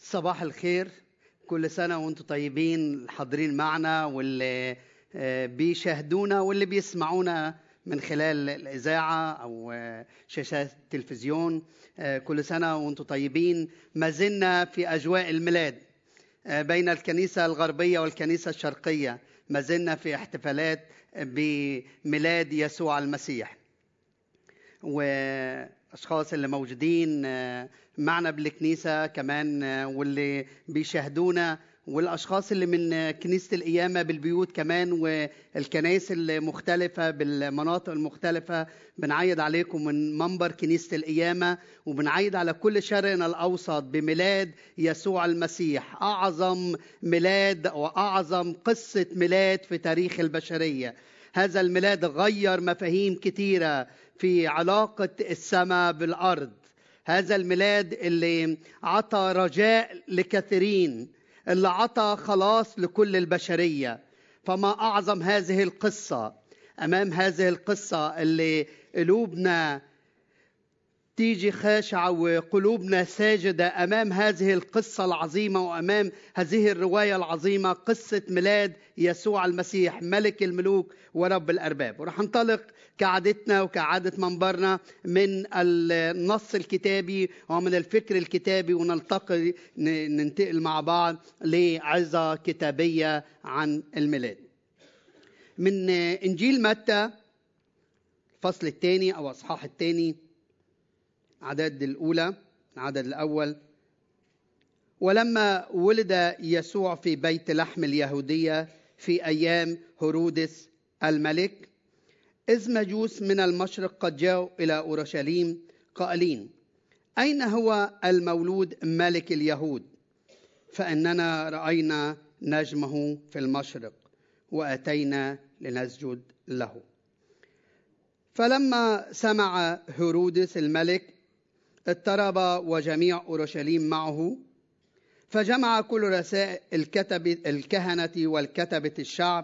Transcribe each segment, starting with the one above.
صباح الخير. كل سنة وانتم طيبين، الحاضرين معنا واللي بيشاهدونا واللي بيسمعونا من خلال الإذاعة أو شاشات التلفزيون. كل سنة وانتم طيبين. ما زلنا في أجواء الميلاد بين الكنيسة الغربية والكنيسة الشرقية، ما زلنا في احتفالات بميلاد يسوع المسيح. وأشخاص اللي موجودين معنا بالكنيسة كمان واللي بيشاهدونا، والأشخاص اللي من كنيسة القيامة بالبيوت كمان والكنائس المختلفة بالمناطق المختلفة، بنعيد عليكم من منبر كنيسة القيامة، وبنعيد على كل شرقنا الأوسط بميلاد يسوع المسيح، أعظم ميلاد وأعظم قصة ميلاد في تاريخ البشرية. هذا الميلاد غير مفاهيم كتيرة في علاقة السماء بالأرض. هذا الميلاد اللي عطى رجاء لكثيرين، اللي عطى خلاص لكل البشرية. فما أعظم هذه القصة. أمام هذه القصة اللي قلوبنا تيجي خاشعة وقلوبنا ساجدة أمام هذه القصة العظيمة وأمام هذه الرواية العظيمة، قصة ميلاد يسوع المسيح ملك الملوك ورب الأرباب. ورح ننطلق كعادتنا وكعادة منبرنا من النص الكتابي ومن الفكر الكتابي، ونلتقي ننتقل مع بعض لعظة كتابية عن الميلاد من إنجيل متى الفصل الثاني أو أصحاح الثاني، عدد الأولى، العدد الأول. ولما ولد يسوع في بيت لحم اليهودية في أيام هرودس الملك، إذ مجوس من المشرق قد جاءوا إلى أورشليم قائلين: أين هو المولود ملك اليهود؟ فإننا رأينا نجمه في المشرق وأتينا لنسجد له. فلما سمع هرودس الملك اضطرب وجميع أورشليم معه، فجمع كل رؤساء الكهنة والكتبة الشعب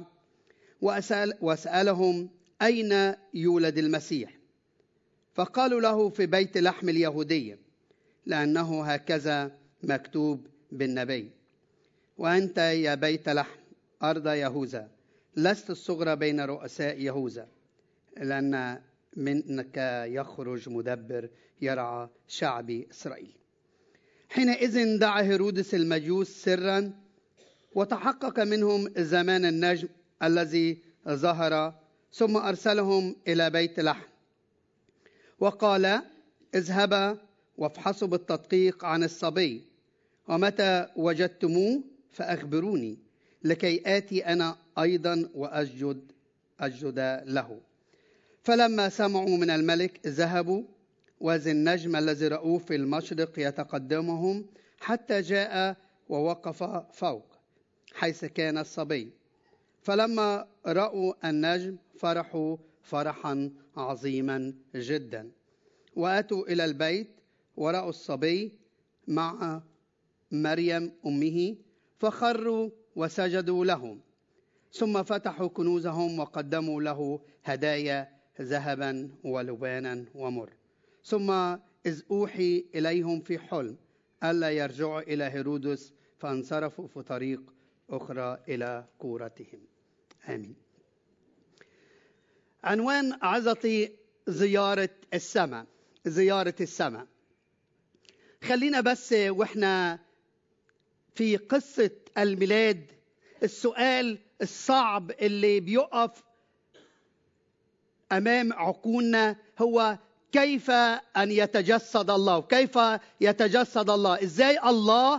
وسألهم أين يولد المسيح؟ فقالوا له: في بيت لحم اليهودية، لأنه هكذا مكتوب بالنبي: وأنت يا بيت لحم أرض يهوذا لست الصغرى بين رؤساء يهوذا، لأن منك يخرج مدبر يرعى شعبي إسرائيل. حينئذ دعا هيرودس المجوس سرا وتحقق منهم زمان النجم الذي ظهر، ثم أرسلهم إلى بيت لحم وقال: اذهبا وافحصوا بالتدقيق عن الصبي، ومتى وجدتموه فأخبروني لكي آتي أنا أيضا وأسجد له. فلما سمعوا من الملك ذهبوا، وذي النجم الذي رأوه في المشرق يتقدمهم حتى جاء ووقف فوق حيث كان الصبي. فلما رأوا النجم فرحوا فرحا عظيما جدا، وأتوا إلى البيت ورأوا الصبي مع مريم أمه، فخروا وسجدوا له. ثم فتحوا كنوزهم وقدموا له هدايا ذهبا ولبانا ومر. ثم إذ أوحي إليهم في حلم ألا يرجعوا إلى هيرودس، فانصرفوا في طريق أخرى إلى كورتهم. آمين. عنوان عظتي زيارة السماء. زيارة السماء. خلينا بس وإحنا في قصة الميلاد، السؤال الصعب اللي بيقف أمام عقولنا هو: كيف أن يتجسد الله؟ كيف يتجسد الله؟ إزاي الله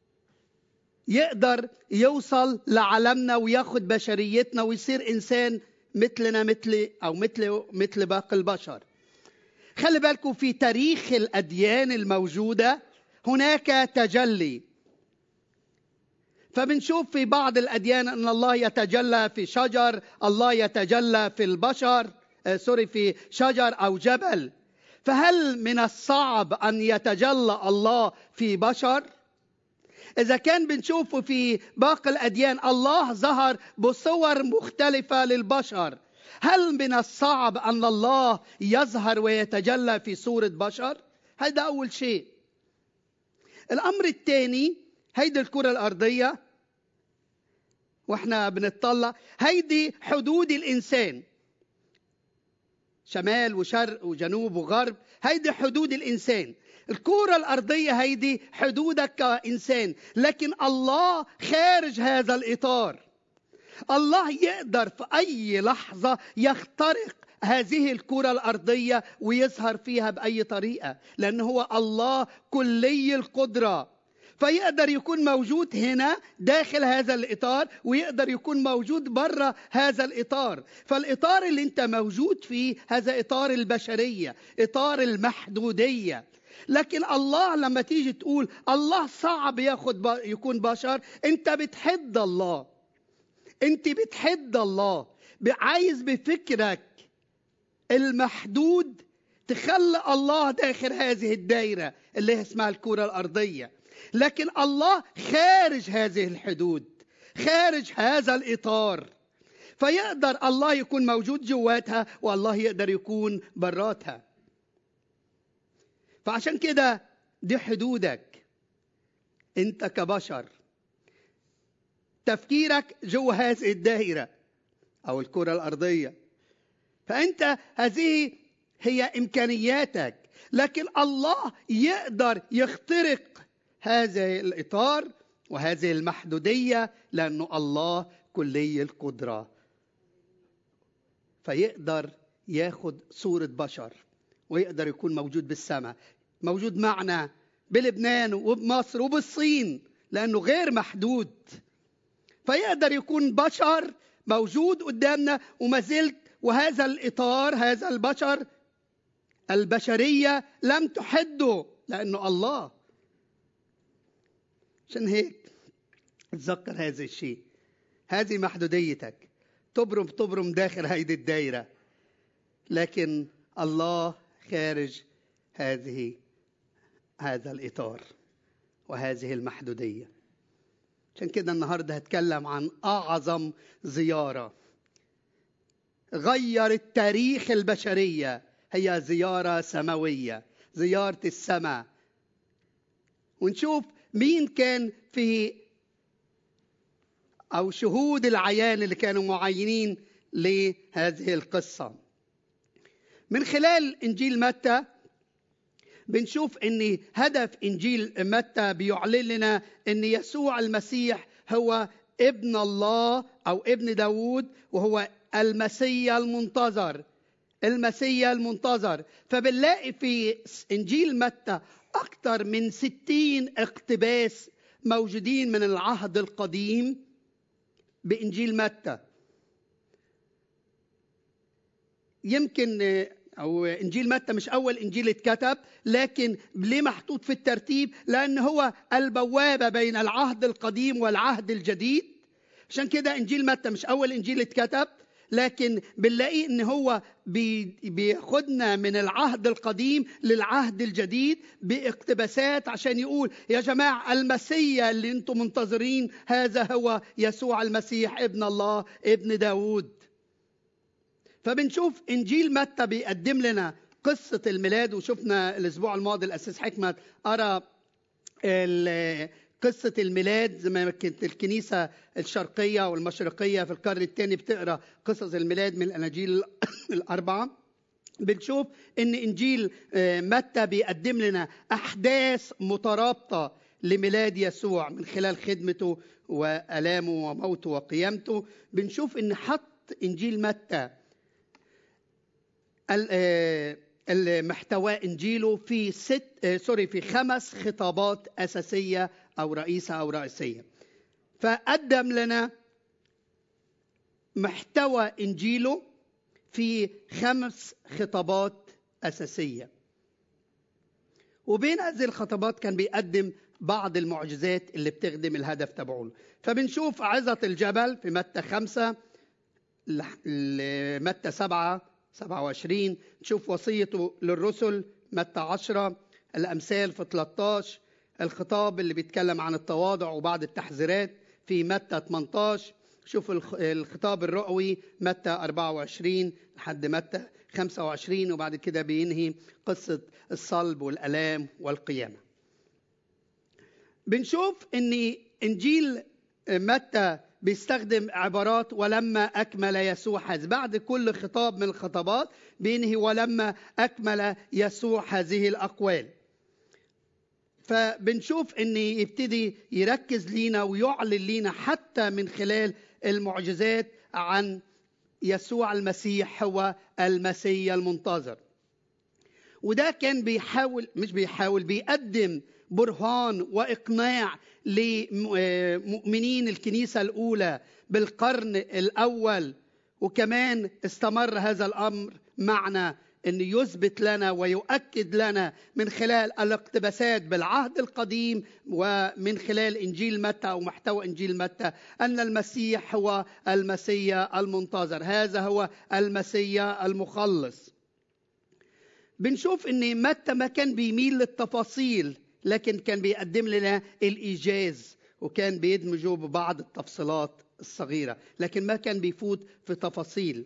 يقدر يوصل لعالمنا وياخد بشريتنا ويصير إنسان مثلنا مثل باقي البشر؟ خلي بالكم، في تاريخ الأديان الموجودة هناك تجلي. فبنشوف في بعض الأديان أن الله يتجلى في شجر، الله يتجلى في البشر، في شجر أو جبل. فهل من الصعب أن يتجلى الله في بشر؟ إذا كان بنشوفه في باقي الأديان الله ظهر بصور مختلفة للبشر، هل من الصعب أن الله يظهر ويتجلى في صورة بشر؟ هذا أول شيء. الأمر الثاني، هيدي الكرة الأرضية، واحنا بنطلع هيدي حدود الإنسان، شمال وشرق وجنوب وغرب، هيدي حدود الإنسان. الكرة الأرضية هيدي حدودك كإنسان، لكن الله خارج هذا الإطار. الله يقدر في أي لحظة يخترق هذه الكرة الأرضية ويظهر فيها بأي طريقة، لأنه هو الله كلي القدرة، فيقدر يكون موجود هنا داخل هذا الإطار، ويقدر يكون موجود برا هذا الإطار. فالإطار اللي انت موجود فيه هذا إطار البشرية، إطار المحدودية. لكن الله لما تيجي تقول الله صعب يكون بشر، انت بتحد الله، انت بتحد الله، عايز بفكرك المحدود تخلي الله داخل هذه الدائرة اللي اسمها الكرة الأرضية. لكن الله خارج هذه الحدود، خارج هذا الإطار، فيقدر الله يكون موجود جواتها، والله يقدر يكون براتها. فعشان كده دي حدودك انت كبشر، تفكيرك جوا هذه الدائرة أو الكرة الأرضية، فأنت هذه هي إمكانياتك. لكن الله يقدر يخترق هذا الإطار وهذه المحدودية، لأنه الله كلي القدرة، فيقدر ياخد صورة بشر ويقدر يكون موجود بالسماء، موجود معنا بلبنان وبمصر وبالصين، لأنه غير محدود. فيقدر يكون بشر موجود قدامنا وما زلت، وهذا الإطار، هذا البشر، البشرية لم تحده، لأنه الله. عشان هيك تذكر هذا الشيء، هذه محدوديتك، تبرم داخل هذه الدائرة، لكن الله خارج هذا الإطار وهذه المحدودية. عشان كده النهاردة هتكلم عن أعظم زيارة غيرت تاريخ البشرية، هي زيارة سماوية، زيارة السماء. ونشوف مين كان في أو شهود العيان اللي كانوا معينين لهذه القصة. من خلال إنجيل متى بنشوف أن هدف إنجيل متى بيعلن لنا أن يسوع المسيح هو ابن الله أو ابن داود، وهو المسيح المنتظر، المسيح المنتظر. فبنلاقي في إنجيل متى أكثر من 60 اقتباس موجودين من العهد القديم بإنجيل متى. يمكن أو إنجيل متى مش أول إنجيل اتكتب، لكن ليه محطوط في الترتيب؟ لأن هو البوابة بين العهد القديم والعهد الجديد. عشان كده إنجيل متى مش أول إنجيل اتكتب، لكن بنلاقي إن هو بياخدنا من العهد القديم للعهد الجديد باقتباسات، عشان يقول يا جماعة المسيح اللي انتم منتظرين هذا هو يسوع المسيح ابن الله ابن داود. فبنشوف إنجيل متى بيقدم لنا قصة الميلاد. وشفنا الأسبوع الماضي الأسيس حكمت أرى قصة الميلاد، زي ما كانت الكنيسة الشرقية والمشرقية في القرن الثاني بتقرأ قصص الميلاد من الأناجيل الأربعة. بنشوف إن إنجيل متى بيقدم لنا أحداث مترابطة لميلاد يسوع من خلال خدمته وآلامه وموته وقيامته. بنشوف إن حط إنجيل متى المحتوى إنجيله في 5 خطابات أساسية أو رئيسية. فقدم لنا محتوى إنجيله في 5 خطابات أساسية، وبين هذه الخطابات كان بيقدم بعض المعجزات اللي بتخدم الهدف تبعه. فبنشوف عظة الجبل في متى 5، متى 7:27. نشوف وصيته للرسل متى 10، الأمثال في 13، الخطاب اللي بيتكلم عن التواضع وبعض التحذيرات في متى 18. شوف الخطاب الرؤوي متى 24 لحد متى 25، وبعد كده بينهي قصة الصلب والألام والقيامة. بنشوف ان انجيل متى بيستخدم عبارات ولما اكمل يسوع هذا، بعد كل خطاب من الخطابات بينهي ولما اكمل يسوع هذه الاقوال. فبنشوف ان يبتدي يركز لينا ويعلن لينا حتى من خلال المعجزات عن يسوع المسيح هو المسيا المنتظر. وده كان بيقدم برهان وإقناع لمؤمنين الكنيسة الأولى بالقرن الأول، وكمان استمر هذا الأمر معنا أن يثبت لنا ويؤكد لنا من خلال الاقتباسات بالعهد القديم ومن خلال إنجيل متى أو محتوى إنجيل متى أن المسيح هو المسيا المنتظر، هذا هو المسيا المخلص. بنشوف ان متى ما كان بيميل للتفاصيل، لكن كان بيقدم لنا الإيجاز، وكان بيدمجه ببعض التفصيلات الصغيرة، لكن ما كان بيفوت في تفاصيل.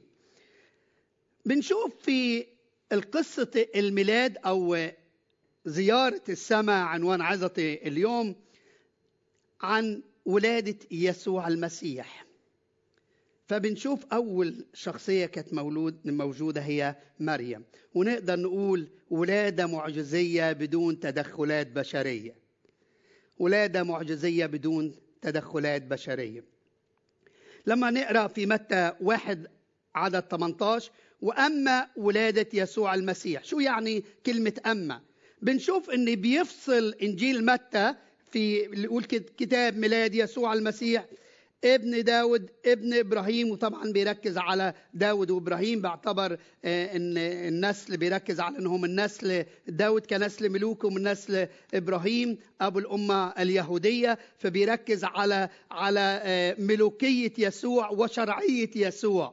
بنشوف في القصة الميلاد أو زيارة السماء عنوان عظة اليوم عن ولادة يسوع المسيح. فبنشوف أول شخصية كانت موجودة هي مريم، ونقدر نقول ولادة معجزية بدون تدخلات بشرية، ولادة معجزية بدون تدخلات بشرية. لما نقرأ في متى 1 عدد 18 وأما ولادة يسوع المسيح، شو يعني كلمة أما؟ بنشوف أن بيفصل إنجيل متى في اللي يقول كتاب ميلاد يسوع المسيح ابن داود ابن إبراهيم، وطبعا بيركز على داود وإبراهيم، باعتبر أن النسل بيركز على أنهم النسل داود كنسل ملوك ومن نسل إبراهيم أبو الأمة اليهودية، فبيركز على ملوكية يسوع وشرعية يسوع.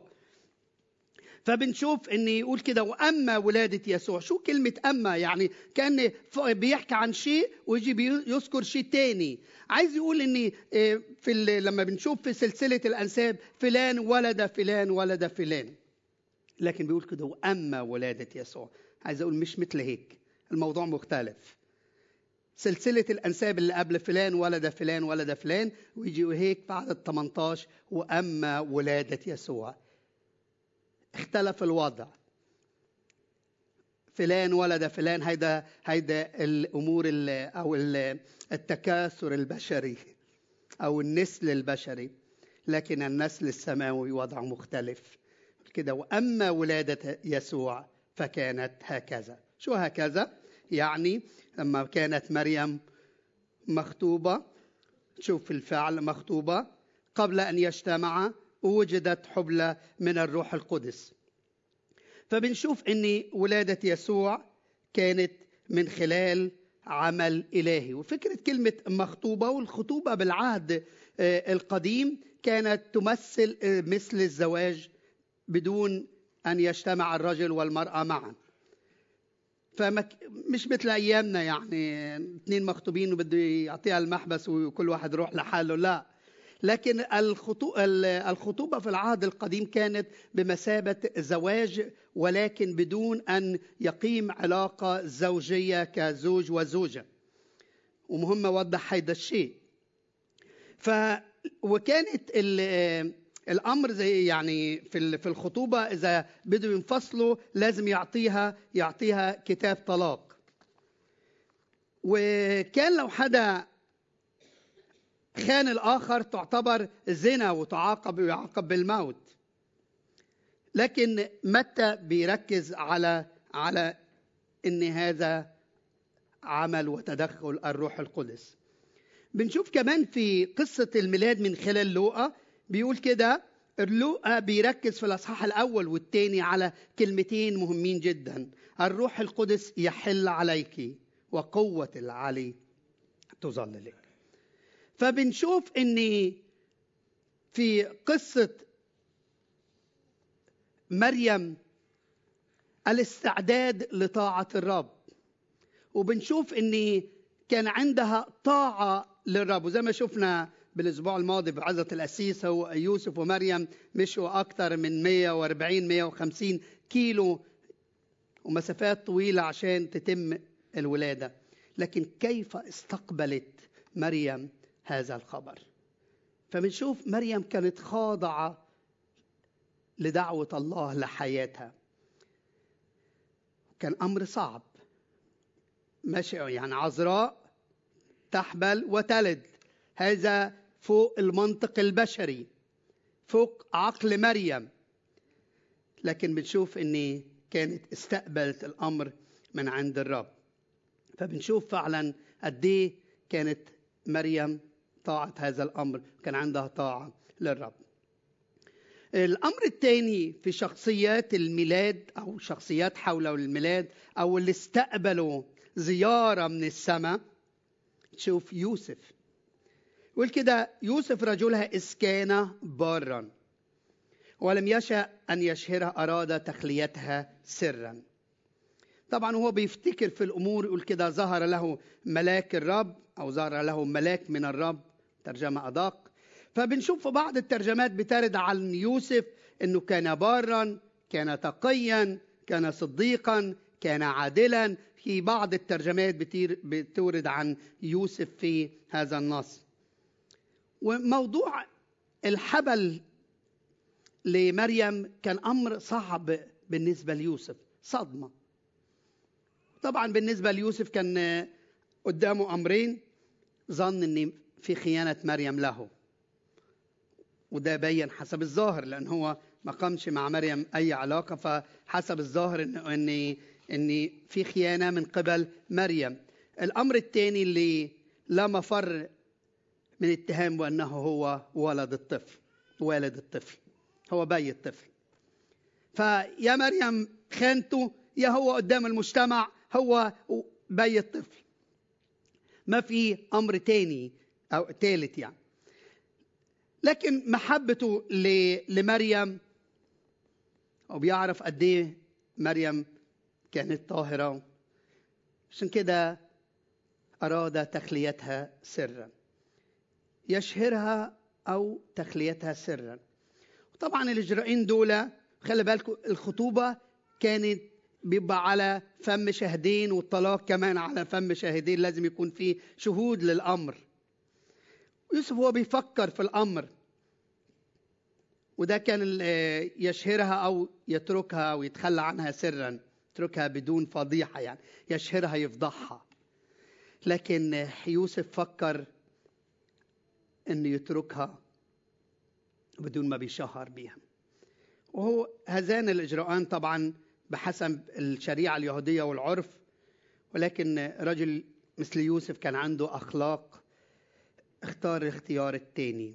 فبنشوف ان يقول كده وأما ولادة يسوع. شو كلمة أما؟ يعني كان بيحكي عن شيء ويجي بيذكر شيء تاني. عايز يقول ان لما بنشوف في سلسلة الأنساب فلان ولد فلان ولد فلان، لكن بيقول كده وأما ولادة يسوع. عايز اقول مش مثل هيك، الموضوع مختلف. سلسلة الأنساب اللي قبل فلان ولد فلان ولد فلان، ويجي هيك بعد 18 وأما ولادة يسوع. اختلف الوضع، فلان ولد فلان، هيدا الأمور أو التكاثر البشري أو النسل البشري، لكن النسل السماوي وضع مختلف كده. وأما ولادة يسوع فكانت هكذا. شو هكذا؟ يعني لما كانت مريم مخطوبة، شوف الفعل مخطوبة، قبل أن يجتمع وجدت حبلى من الروح القدس. فبنشوف أن ولادة يسوع كانت من خلال عمل إلهي. وفكرة كلمة مخطوبة، والخطوبة بالعهد القديم كانت تمثل مثل الزواج بدون أن يجتمع الرجل والمرأة معا. فمش مثل أيامنا يعني 2 مخطوبين وبده يعطيها المحبس وكل واحد يروح لحاله، لا. لكن الخطوبة في العهد القديم كانت بمثابة زواج، ولكن بدون أن يقيم علاقة زوجية كزوج وزوجة. ومهم أوضح هذا الشيء. وكانت الأمر زي يعني في الخطوبة إذا بدوا ينفصلوا لازم يعطيها كتاب طلاق. وكان لو حدا خان الآخر تعتبر زنا ويعاقب بالموت. لكن متى بيركز على إن هذا عمل وتدخل الروح القدس. بنشوف كمان في قصة الميلاد من خلال لوقا، بيقول كده لوقا بيركز في الأصحاح الأول والثاني على كلمتين مهمين جدا: الروح القدس يحل عليك وقوة العلي تظللك. فبنشوف ان في قصة مريم الاستعداد لطاعة الرب، وبنشوف ان كان عندها طاعة للرب. وزي ما شفنا بالاسبوع الماضي بعظة القسيس، هو يوسف ومريم مشوا اكثر من 140-150 كيلو ومسافات طويلة عشان تتم الولادة، لكن كيف استقبلت مريم هذا الخبر. فبنشوف مريم كانت خاضعة لدعوة الله لحياتها. كان أمر صعب، ماشي يعني عذراء تحبل وتلد، هذا فوق المنطق البشري، فوق عقل مريم. لكن بنشوف ان كانت استقبلت الامر من عند الرب. فبنشوف فعلا قد ايه كانت مريم طاعت هذا الامر، كان عندها طاعه للرب. الامر الثاني في شخصيات الميلاد او شخصيات حول الميلاد او اللي استقبلوا زياره من السماء، تشوف يوسف. يقول كده: يوسف رجلها إذ كان بارا ولم يشأ أن يشهرها أراد تخليتها سرا. طبعا هو بيفتكر في الأمور، يقول كده: ظهر له ملاك الرب أو ظهر له ملاك من الرب، ترجمة أدق. فبنشوف في بعض الترجمات بترد عن يوسف أنه كان بارا، كان تقيا، كان صديقا، كان عادلا. في بعض الترجمات بتورد عن يوسف في هذا النص. وموضوع الحبل لمريم كان أمر صعب بالنسبة ليوسف، صدمة. طبعا بالنسبة ليوسف كان قدامه أمرين: ظن أن في خيانة مريم له، وده بين حسب الظاهر لأن هو ما قامش مع مريم أي علاقة، فحسب الظاهر أن في خيانة من قبل مريم. الأمر الثاني اللي لا مفر من اتهام بأنه هو والد الطفل، هو بي الطفل. فيا مريم خانته، يا هو قدام المجتمع هو بي الطفل، ما في أمر تاني أو ثالث يعني. لكن محبته لمريم، وبيعرف قد ايه مريم كانت طاهرة، عشان كده أراد تخليتها سرا، يشهرها أو تخليتها سرا. طبعا الإجراءين دول خلي بالكم، الخطوبة كانت بيبقى على فم شاهدين، والطلاق كمان على فم شاهدين، لازم يكون فيه شهود للأمر. يوسف هو بيفكر في الأمر، وده كان يشهرها أو يتركها أو يتخلى عنها سرا، يتركها بدون فضيحة، يعني يشهرها يفضحها. لكن يوسف فكر أنه يتركها بدون ما بيشهر بيها. وهو هذان الإجراءان طبعا بحسب الشريعة اليهودية والعرف، ولكن رجل مثل يوسف كان عنده أخلاق، اختار الاختيار الثاني.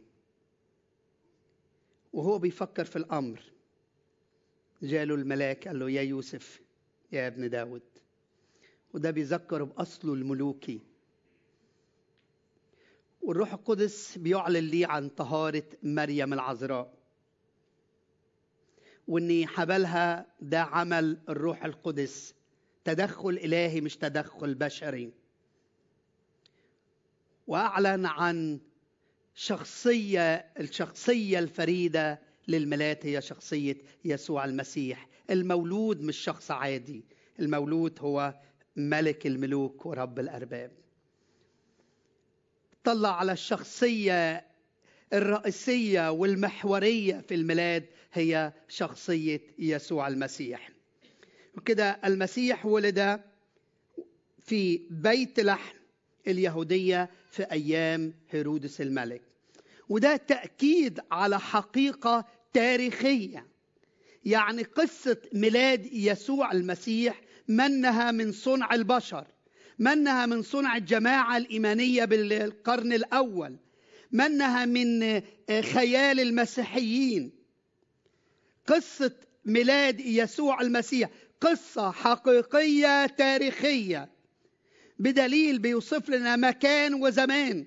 وهو بيفكر في الأمر جاله الملاك قال له: يا يوسف يا ابن داود. وده بيذكر بأصله الملوكي. والروح القدس بيعلن لي عن طهارة مريم العذراء، وإن حبلها ده عمل الروح القدس، تدخل إلهي مش تدخل بشري. وأعلن عن الشخصية الفريدة للميلاد، هي شخصية يسوع المسيح المولود، مش شخص عادي، المولود هو ملك الملوك ورب الأرباب. طلع على الشخصية الرئيسية والمحورية في الميلاد، هي شخصية يسوع المسيح. وكده المسيح ولد في بيت لحم اليهودية في أيام هيرودس الملك، وده تأكيد على حقيقة تاريخية. يعني قصة ميلاد يسوع المسيح منها من صنع البشر، منها من صنع الجماعة الإيمانية بالقرن الأول، منها من خيال المسيحيين. قصة ميلاد يسوع المسيح قصة حقيقية تاريخية، بدليل بيوصف لنا مكان وزمان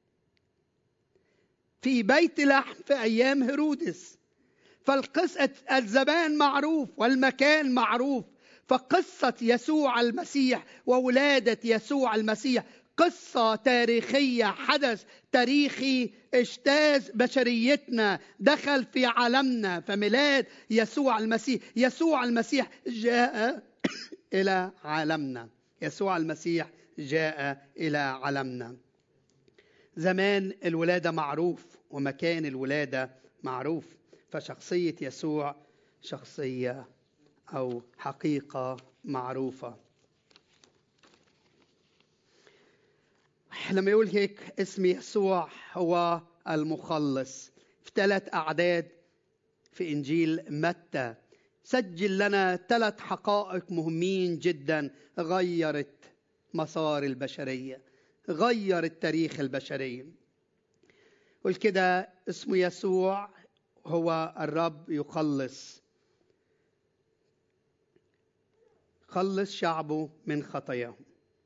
في بيت لحم في أيام هيرودس. فالقصة الزمان معروف والمكان معروف. فقصة يسوع المسيح وولادة يسوع المسيح قصة تاريخية، حدث تاريخي اجتاز بشريتنا، دخل في عالمنا. فميلاد يسوع المسيح، يسوع المسيح جاء إلى عالمنا، يسوع المسيح جاء إلى عالمنا. زمان الولادة معروف ومكان الولادة معروف، فشخصية يسوع شخصية أو حقيقة معروفة. لما يقول هيك اسم يسوع هو المخلص، في 3 أعداد في إنجيل متى سجل لنا 3 حقائق مهمين جدا غيرت مسار البشرية، غيرت تاريخ البشرية. قل كده اسمه يسوع هو الرب يخلص، خلص شعبه من خطاياهم.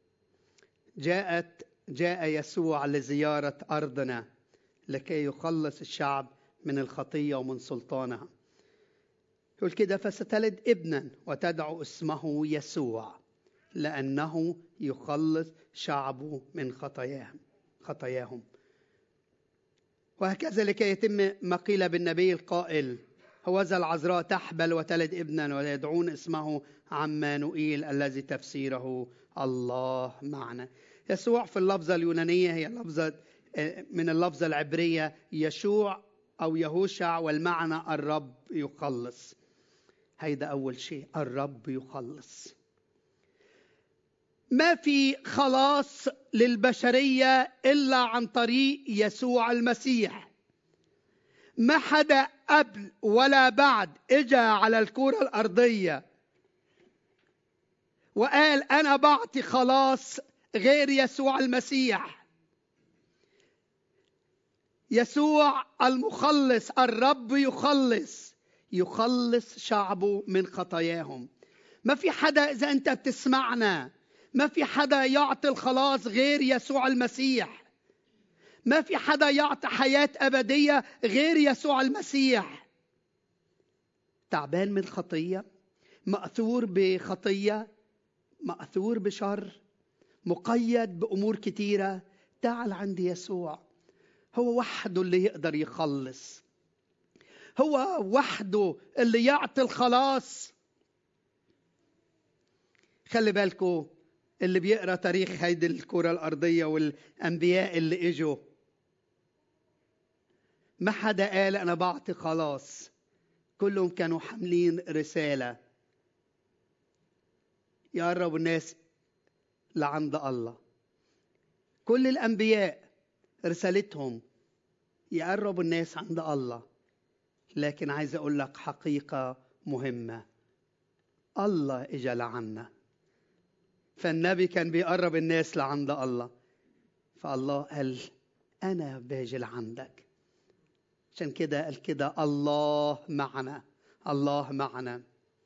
جاء يسوع لزيارة أرضنا لكي يخلص الشعب من الخطية ومن سلطانها. يقول كده فستلد ابنا وتدعو اسمه يسوع لأنه يخلص شعبه من خطاياهم. وهكذا لكي يتم ما قيل بالنبي القائل هوذا العذراء تحبل وتلد ابنا ويدعون اسمه عمانوئيل الذي تفسيره الله معنا. يسوع في اللفظة اليونانية هي لفظة من اللفظة العبرية يشوع أو يهوشع، والمعنى الرب يخلص. هيدا أول شيء، الرب يخلص. ما في خلاص للبشرية إلا عن طريق يسوع المسيح. ما حدا قبل ولا بعد اجى على الكرة الأرضية وقال أنا بعطي خلاص غير يسوع المسيح. يسوع المخلص، الرب يخلص شعبه من خطاياهم. ما في حدا، إذا أنت بتسمعنا، ما في حدا يعطي الخلاص غير يسوع المسيح. ما في حدا يعطي حياة أبدية غير يسوع المسيح. تعبان من خطية، مأثور بخطية، مأثور بشر، مقيد بأمور كتيرة، تعال عند يسوع. هو وحده اللي يقدر يخلص، هو وحده اللي يعطي الخلاص. خلي بالكم اللي بيقرأ تاريخ هيدي الكرة الأرضية والأنبياء اللي اجوا، ما حدا قال أنا بعطي خلاص. كلهم كانوا حاملين رسالة يقربوا الناس لعند الله. كل الأنبياء رسالتهم يقربوا الناس عند الله. لكن عايز أقول لك حقيقة مهمة، الله إجا لعنا. فالنبي كان بيقرب الناس لعند الله، فالله قال أنا باجي لعندك. عشان كده قال كده الله معنا، الله معنا.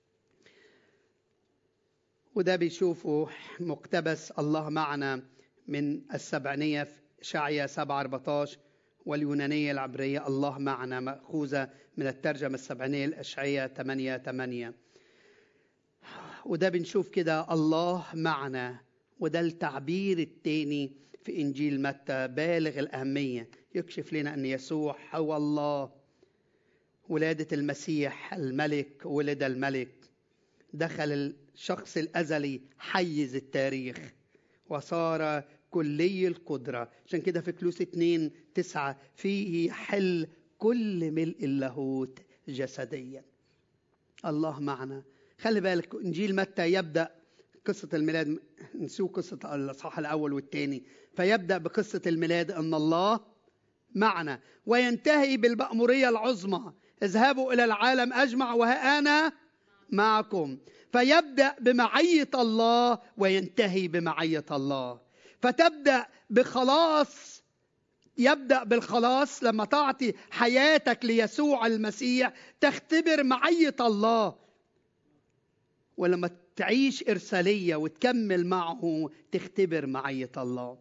وده بيشوفوا مقتبس الله معنا من السبعينية في إشعياء 7:14، واليونانية العبرية الله معنا مأخوذة من الترجمة السبعينية الإشعياء 8:8. وده بنشوف كده الله معنا. وده التعبير الثاني في إنجيل متى بالغ الأهمية، يكشف لنا أن يسوع هو الله. ولادة المسيح الملك، ولد الملك، دخل الشخص الأزلي حيز التاريخ وصار كلي القدرة. عشان كده في كلوسي 2:9 فيه حل كل ملء اللاهوت جسديا. الله معنا. خلي بالك إنجيل متى يبدأ قصة الميلاد، نسوق قصة الأصحاح الأول والثاني، فيبدأ بقصة الميلاد أن الله معنا، وينتهي بالمأمورية العظمى اذهبوا إلى العالم أجمع وها أنا معكم. فيبدأ بمعية الله وينتهي بمعية الله. فتبدأ بخلاص، يبدأ بالخلاص لما تعطي حياتك ليسوع المسيح تختبر معية الله، ولما تعيش إرسالية وتكمل معه تختبر معية الله.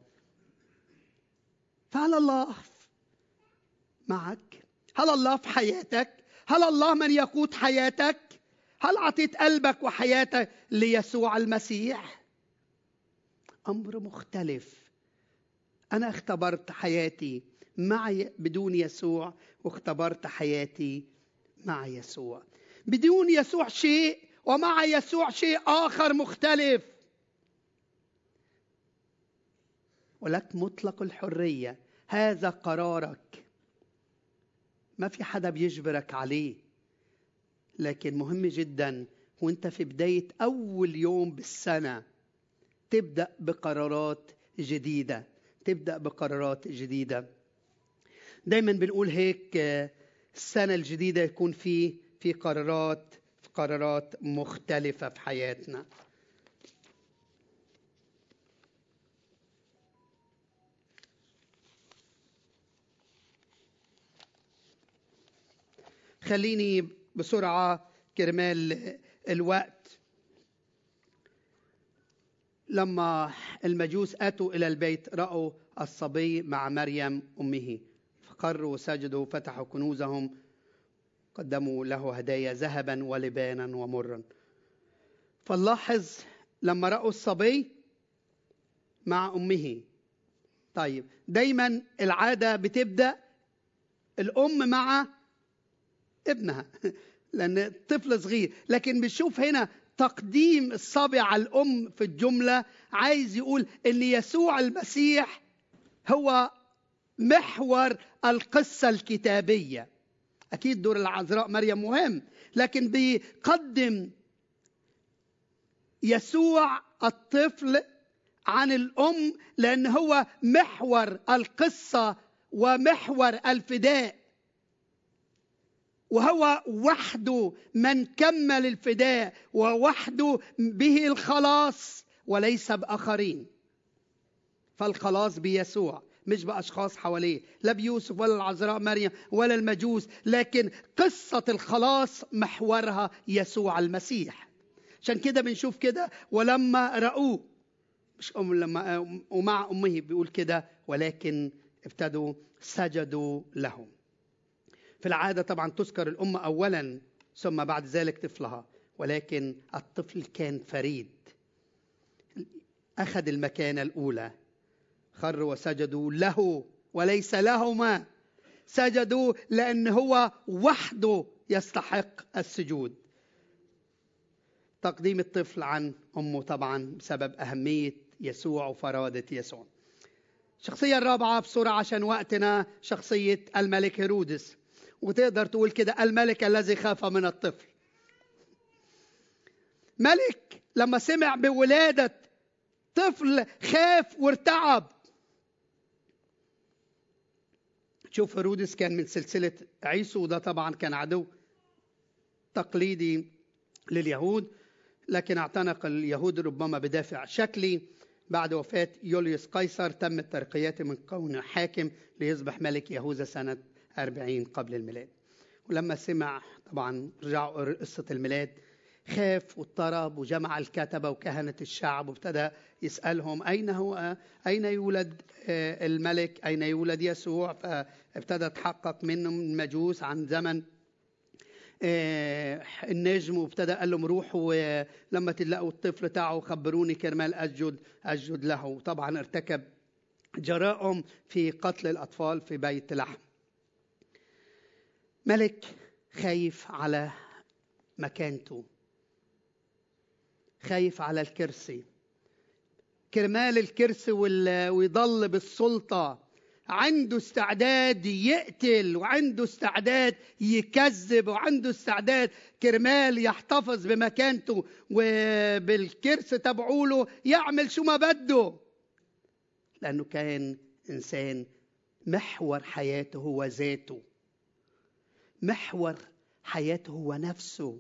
فهل الله معك؟ هل الله في حياتك؟ هل الله من يقود حياتك؟ هل عطيت قلبك وحياتك ليسوع المسيح؟ أمر مختلف. أنا اختبرت حياتي معي بدون يسوع، واختبرت حياتي مع يسوع. بدون يسوع شيء ومع يسوع شيء آخر مختلف. ولك مطلق الحرية هذا قرارك، ما في حدا بيجبرك عليه. لكن مهم جدا وانت في بداية أول يوم بالسنة تبدأ بقرارات جديدة، تبدأ بقرارات جديدة. دايما بنقول هيك، السنة الجديدة يكون في قرارات مختلفة في حياتنا. خليني بسرعة كرمال الوقت. لما المجوس أتوا إلى البيت رأوا الصبي مع مريم أمه، فقروا وسجدوا وفتحوا كنوزهم، قدموا له هدايا ذهبا ولبانا ومرا. فنلاحظ لما رأوا الصبي مع أمه. طيب دايما العادة بتبدأ الأم مع ابنها لأن الطفل صغير، لكن بنشوف هنا تقديم الصبي على الأم في الجملة. عايز يقول أن يسوع المسيح هو محور القصة الكتابية. أكيد دور العذراء مريم مهم، لكن بيقدم يسوع الطفل عن الأم لأن هو محور القصة ومحور الفداء، وهو وحده من كمل الفداء، ووحده به الخلاص وليس بآخرين. فالخلاص بيسوع مش بأشخاص حواليه، لا بيوسف ولا العذراء مريم ولا المجوس، لكن قصة الخلاص محورها يسوع المسيح. عشان كده بنشوف كده ولما رأوه، مش لما ومع أمه بيقول كده، ولكن ابتدوا سجدوا له. في العادة طبعا تذكر الأم أولا ثم بعد ذلك طفلها، ولكن الطفل كان فريد، أخذ المكانة الأولى. خروا وسجدوا له وليس لهما، سجدوا لأن هو وحده يستحق السجود. تقديم الطفل عن أمه طبعا بسبب أهمية يسوع وفرادة يسوع. الشخصية الرابعة بسرعة عشان وقتنا، شخصية الملك هيرودس، وتقدر تقول كده الملك الذي خاف من الطفل. ملك لما سمع بولادة طفل خاف وارتعب. شوف هيرودس كان من سلسلة عيسو، وده طبعا كان عدو تقليدي لليهود، لكن اعتنق اليهود ربما بدافع شكلي. بعد وفاة يوليوس قيصر تمت ترقيته من كونه حاكم ليصبح ملك يهوذا سنة 40 قبل الميلاد. ولما سمع طبعا رجعوا قصة الميلاد خاف واضطرب، وجمع الكتبة وكهنة الشعب وابتدى يسألهم أين يولد الملك، أين يولد يسوع. فابتدى تحقق منهم المجوس عن زمن النجم، وابتدى قال لهم روحوا لما تلاقوا الطفل تاعه خبروني كرمال أسجد له. طبعا ارتكب جرائم في قتل الأطفال في بيت لحم. ملك خايف على مكانته، خايف على الكرسي، كرمال الكرسي ويضل بالسلطة. عنده استعداد يقتل، وعنده استعداد يكذب، وعنده استعداد كرمال يحتفظ بمكانته وبالكرسي تبعوله يعمل شو ما بده، لأنه كان إنسان محور حياته هو ذاته، محور حياته هو نفسه.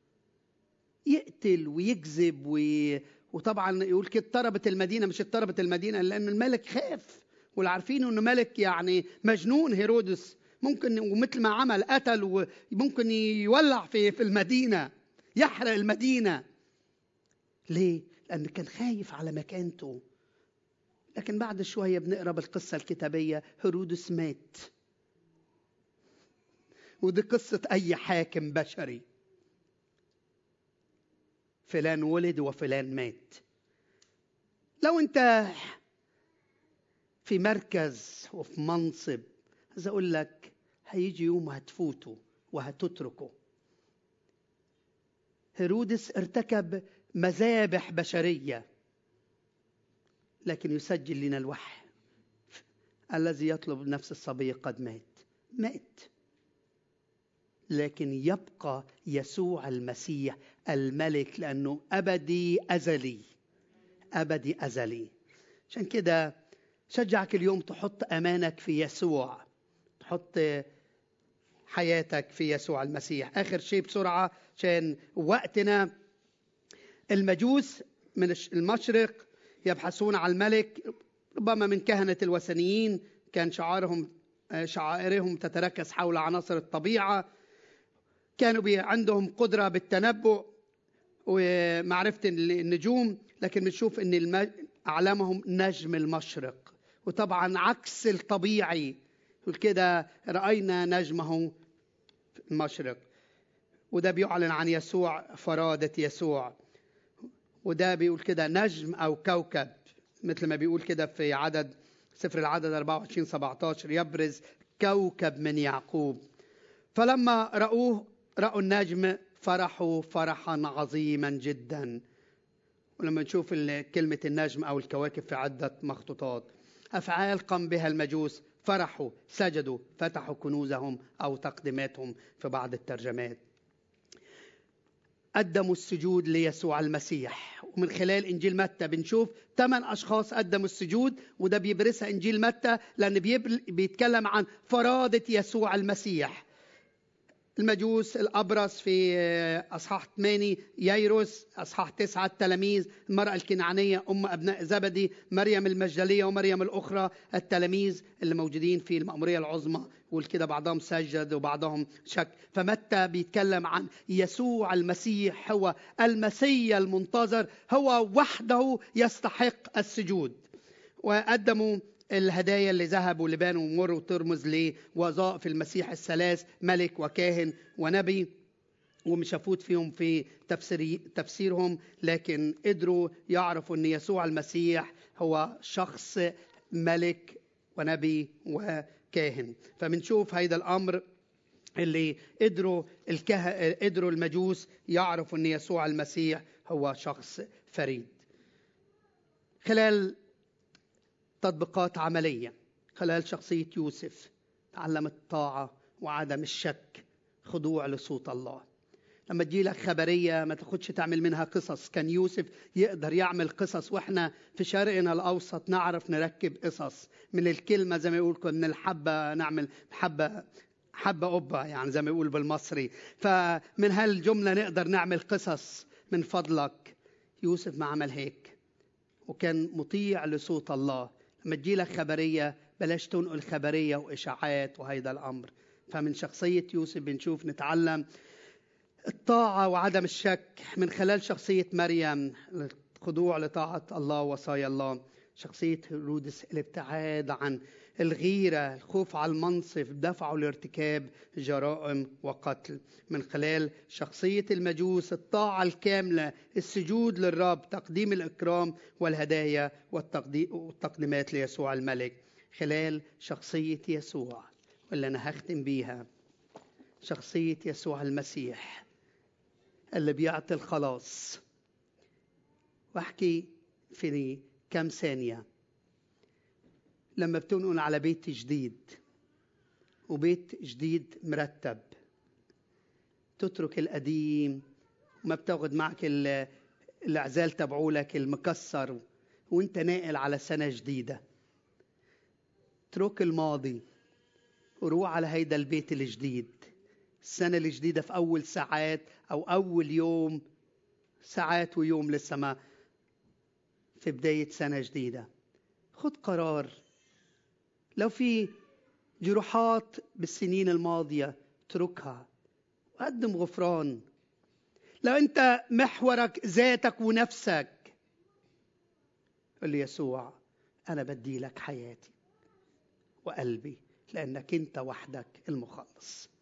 يقتل ويكذب وطبعا يقول كده اضطربت المدينة. مش اضطربت المدينة لأن الملك خاف، والعارفين أنه ملك يعني مجنون هيرودس، ممكن ومثل ما عمل قتل وممكن يولع في المدينة، يحرق المدينة. ليه؟ لأنه كان خايف على مكانته. لكن بعد شوية بنقرأ بالقصة الكتابية هيرودس مات، ودي قصة أي حاكم بشري، فلان ولد وفلان مات. لو أنت في مركز وفي منصب، عايز أقول لك هيجي يوم هتفوته وهتتركه. هيرودس ارتكب مذابح بشرية، لكن يسجل لنا الوحي الذي يطلب نفس الصبي قد مات، لكن يبقى يسوع المسيح الملك لأنه أبدي أزلي. عشان كده شجعك اليوم تحط أمانك في يسوع، تحط حياتك في يسوع المسيح. آخر شيء بسرعة عشان وقتنا، المجوس من المشرق يبحثون عن الملك، ربما من كهنة الوثنيين كان شعائرهم تتركز حول عناصر الطبيعة، كانوا عندهم قدرة بالتنبؤ ومعرفة النجوم، لكن بنشوف ان أعلامهم نجم المشرق، وطبعا عكس الطبيعي. كده رأينا نجمه في المشرق، وده بيعلن عن يسوع، فرادة يسوع. وده بيقول كده نجم أو كوكب، مثل ما بيقول كده في سفر العدد 24-17 يبرز كوكب من يعقوب. فلما رأوا النجم فرحوا فرحا عظيما جدا. ولما نشوف كلمة النجم أو الكواكب في عدة مخطوطات، أفعال قام بها المجوس، فرحوا، سجدوا، فتحوا كنوزهم أو تقديماتهم في بعض الترجمات. قدموا السجود ليسوع المسيح. ومن خلال إنجيل متى بنشوف 8 أشخاص قدموا السجود، وده بيبرسها إنجيل متى لأن بيتكلم عن فرادة يسوع المسيح. المجوس، الأبرص في أصحاح 8، ييروس أصحاح 9 التلاميذ، المرأة الكنعانية أم أبناء زبدي، مريم المجدلية ومريم الأخرى التلاميذ اللي موجودين في المأمورية العظمى. والكده بعضهم سجد وبعضهم شك. فمتى بيتكلم عن يسوع المسيح هو المسيا المنتظر، هو وحده يستحق السجود. وقدموا الهدايا اللي ذهب ولبان ومر وترمز لوظائف المسيح الثلاث، ملك وكاهن ونبي، ومش هفوت فيهم في تفسيرهم، لكن قدروا يعرفوا أن يسوع المسيح هو شخص ملك ونبي وكاهن. فمنشوف هيدا الأمر اللي قدروا المجوس يعرفوا أن يسوع المسيح هو شخص فريد. خلال تطبيقات عملية، خلال شخصية يوسف تعلم الطاعة وعدم الشك، خضوع لصوت الله. لما تجيلك خبرية ما تاخدش تعمل منها قصص. كان يوسف يقدر يعمل قصص، وإحنا في شرقنا الأوسط نعرف نركب قصص من الكلمة، زي ما يقول من الحبة نعمل حبة قبة، يعني زي ما يقول بالمصري. فمن هالجملة نقدر نعمل قصص. من فضلك يوسف ما عمل هيك، وكان مطيع لصوت الله. لما تجيلك خبرية بلاش تنقل خبرية وإشاعات وهيدا الأمر. فمن شخصية يوسف بنشوف نتعلم الطاعة وعدم الشك. من خلال شخصية مريم الخضوع لطاعة الله وصايا الله. شخصية هيرودس الابتعاد عن الغيرة، الخوف على المنصب دفعوا لارتكاب جرائم وقتل. من خلال شخصية المجوس الطاعة الكاملة، السجود للرب، تقديم الإكرام والهدايا والتقديمات ليسوع الملك. خلال شخصية يسوع واللي أنا هختم بيها، شخصية يسوع المسيح اللي بيعطي الخلاص. واحكي في كم ثانية، لما بتنقل على بيت جديد وبيت جديد مرتب، تترك القديم وما بتاخد معك العزال تبعولك المكسر وانت ناقل على سنة جديدة. اترك الماضي وروح على هيدا البيت الجديد. السنة الجديدة في أول ساعات أو أول يوم، ساعات ويوم لسه ما في بداية سنة جديدة. خد قرار. لو في جروحات بالسنين الماضية اتركها وقدم غفران. لو أنت محورك ذاتك ونفسك، قل لي يسوع أنا بدي لك حياتي وقلبي، لأنك أنت وحدك المخلص.